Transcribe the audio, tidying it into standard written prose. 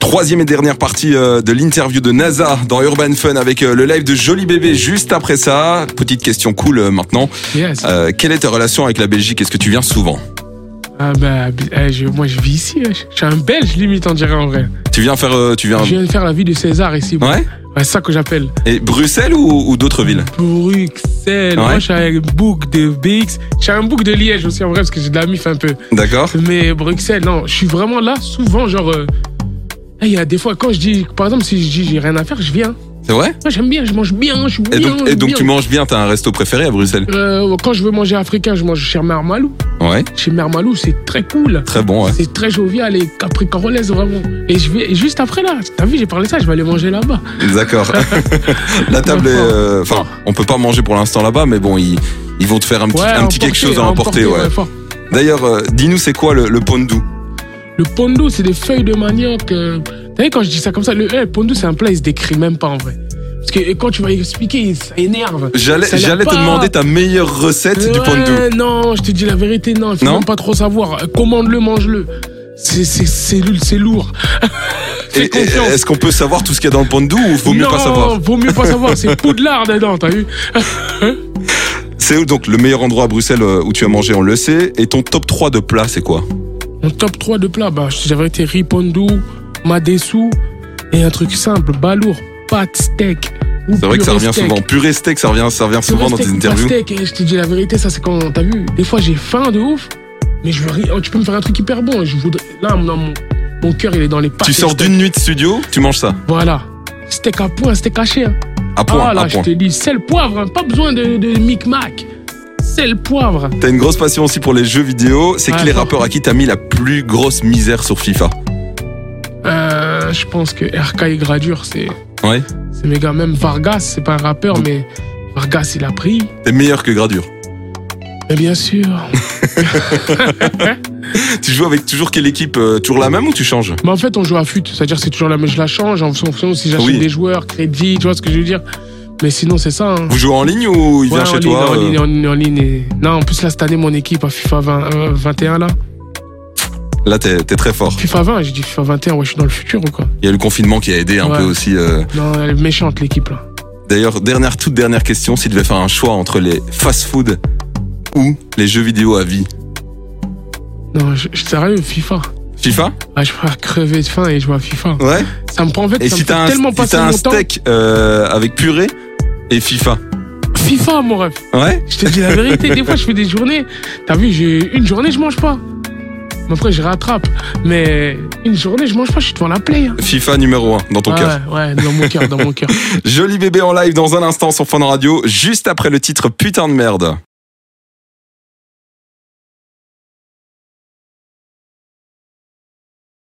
Troisième et dernière partie de l'interview de NASA dans Urban Fun avec le live de Joli Bébé juste après ça. Petite question cool maintenant. Yes. Quelle est ta relation avec la Belgique? Est-ce que tu viens souvent? Moi je vis ici. Je suis un Belge limite, on dirait en vrai. Tu viens faire Je viens de faire la vie de César ici. Ouais. C'est ça que j'appelle. Et Bruxelles ou d'autres villes? Bruxelles. Ouais. Moi je suis un bouc de BX. Je suis un bouc de Liège aussi en vrai parce que j'ai de la mif un peu. D'accord. Mais Bruxelles, non. Je suis vraiment là souvent genre... Il y a des fois quand je dis... Par exemple si je dis j'ai rien à faire, je viens. C'est vrai? Moi j'aime bien, je mange bien, je suis bien. Et donc tu manges bien, t'as un resto préféré à Bruxelles? Quand je veux manger africain, je mange chez Mère Malou. Ouais. Chez Mère Malou, c'est très cool. Très bon, ouais. C'est très jovial et capricorolaise vraiment. Et je vais juste après là, t'as vu, j'ai parlé de ça, je vais aller manger là-bas. D'accord. La table est... Enfin, on peut pas manger pour l'instant là-bas, mais bon, ils vont te faire un petit quelque chose à emporter. Ouais. D'ailleurs, dis-nous, c'est quoi le pondu? Le pondu, c'est des feuilles de manioc. T'as vu, quand je dis ça comme ça, le pondu, c'est un plat, il se décrit même pas en vrai. Parce que quand tu vas expliquer, ça énerve. J'allais te demander ta meilleure recette du pondu. Non, je te dis la vérité, non. Il faut même pas trop savoir. Commande-le, mange-le. C'est lourd. Fais confiance. Est-ce qu'on peut savoir tout ce qu'il y a dans le pondu ou vaut mieux pas savoir? Non, vaut mieux pas savoir. C'est Poudlard dedans, t'as vu? C'est donc le meilleur endroit à Bruxelles où tu as mangé, on le sait. Et ton top 3 de plats, c'est quoi? Mon top 3 de plats, j'avais été riz pondu, madessou et un truc simple, balourd, pâte steak. C'est vrai que ça revient souvent. Purée steak, ça revient souvent dans tes interviews. Steak, et je te dis la vérité, ça c'est quand t'as vu. Des fois j'ai faim de ouf, mais je veux rien. Tu peux me faire un truc hyper bon. Là, mon cœur il est dans les pâtes. Tu sors d'une nuit de studio, tu manges ça. Voilà. Steak à point, steak haché. À point. Là, je te dis, sel, poivre, pas besoin de micmac. Sel, poivre. T'as une grosse passion aussi pour les jeux vidéo. C'est qui les rappeurs à qui t'as mis la plus grosse misère sur FIFA? Je pense que RK et Gradure, c'est. Ouais. C'est méga. Même Vargas, c'est pas un rappeur, mais Vargas, il a pris. T'es meilleur que Gradure. Mais bien sûr. Tu joues avec toujours quelle équipe? Toujours la même ou tu changes? En fait, on joue à fut. C'est-à-dire, c'est toujours la même. Je la change en fonction si j'achète des joueurs, crédit, tu vois ce que je veux dire. Mais sinon, c'est ça. Hein. Vous jouez en ligne ou il vient chez toi? En ligne. Non, en plus, là, cette année, mon équipe à FIFA 21, là. Là, t'es très fort. FIFA 20, j'ai dit FIFA 21, ouais, je suis dans le futur ou quoi? Il y a le confinement qui a aidé un peu aussi. Non, elle est méchante, l'équipe, là. D'ailleurs, toute dernière question, si tu devais faire un choix entre les fast-food ou les jeux vidéo à vie? Non, sérieux, FIFA. FIFA? Je préfère crever de faim et jouer à FIFA. Ouais. Ça me prend en fait. Et si t'as un steak avec purée et FIFA? FIFA, mon ref. Ouais. Je te dis la vérité, des fois je fais des journées. T'as vu, j'ai une journée, je mange pas. Mais après, je rattrape. Mais une journée, je mange pas, je suis devant la play. FIFA numéro 1 dans ton cœur. Ouais, dans mon cœur. Joli Bébé en live dans un instant sur Fun Radio, juste après le titre Putain de merde.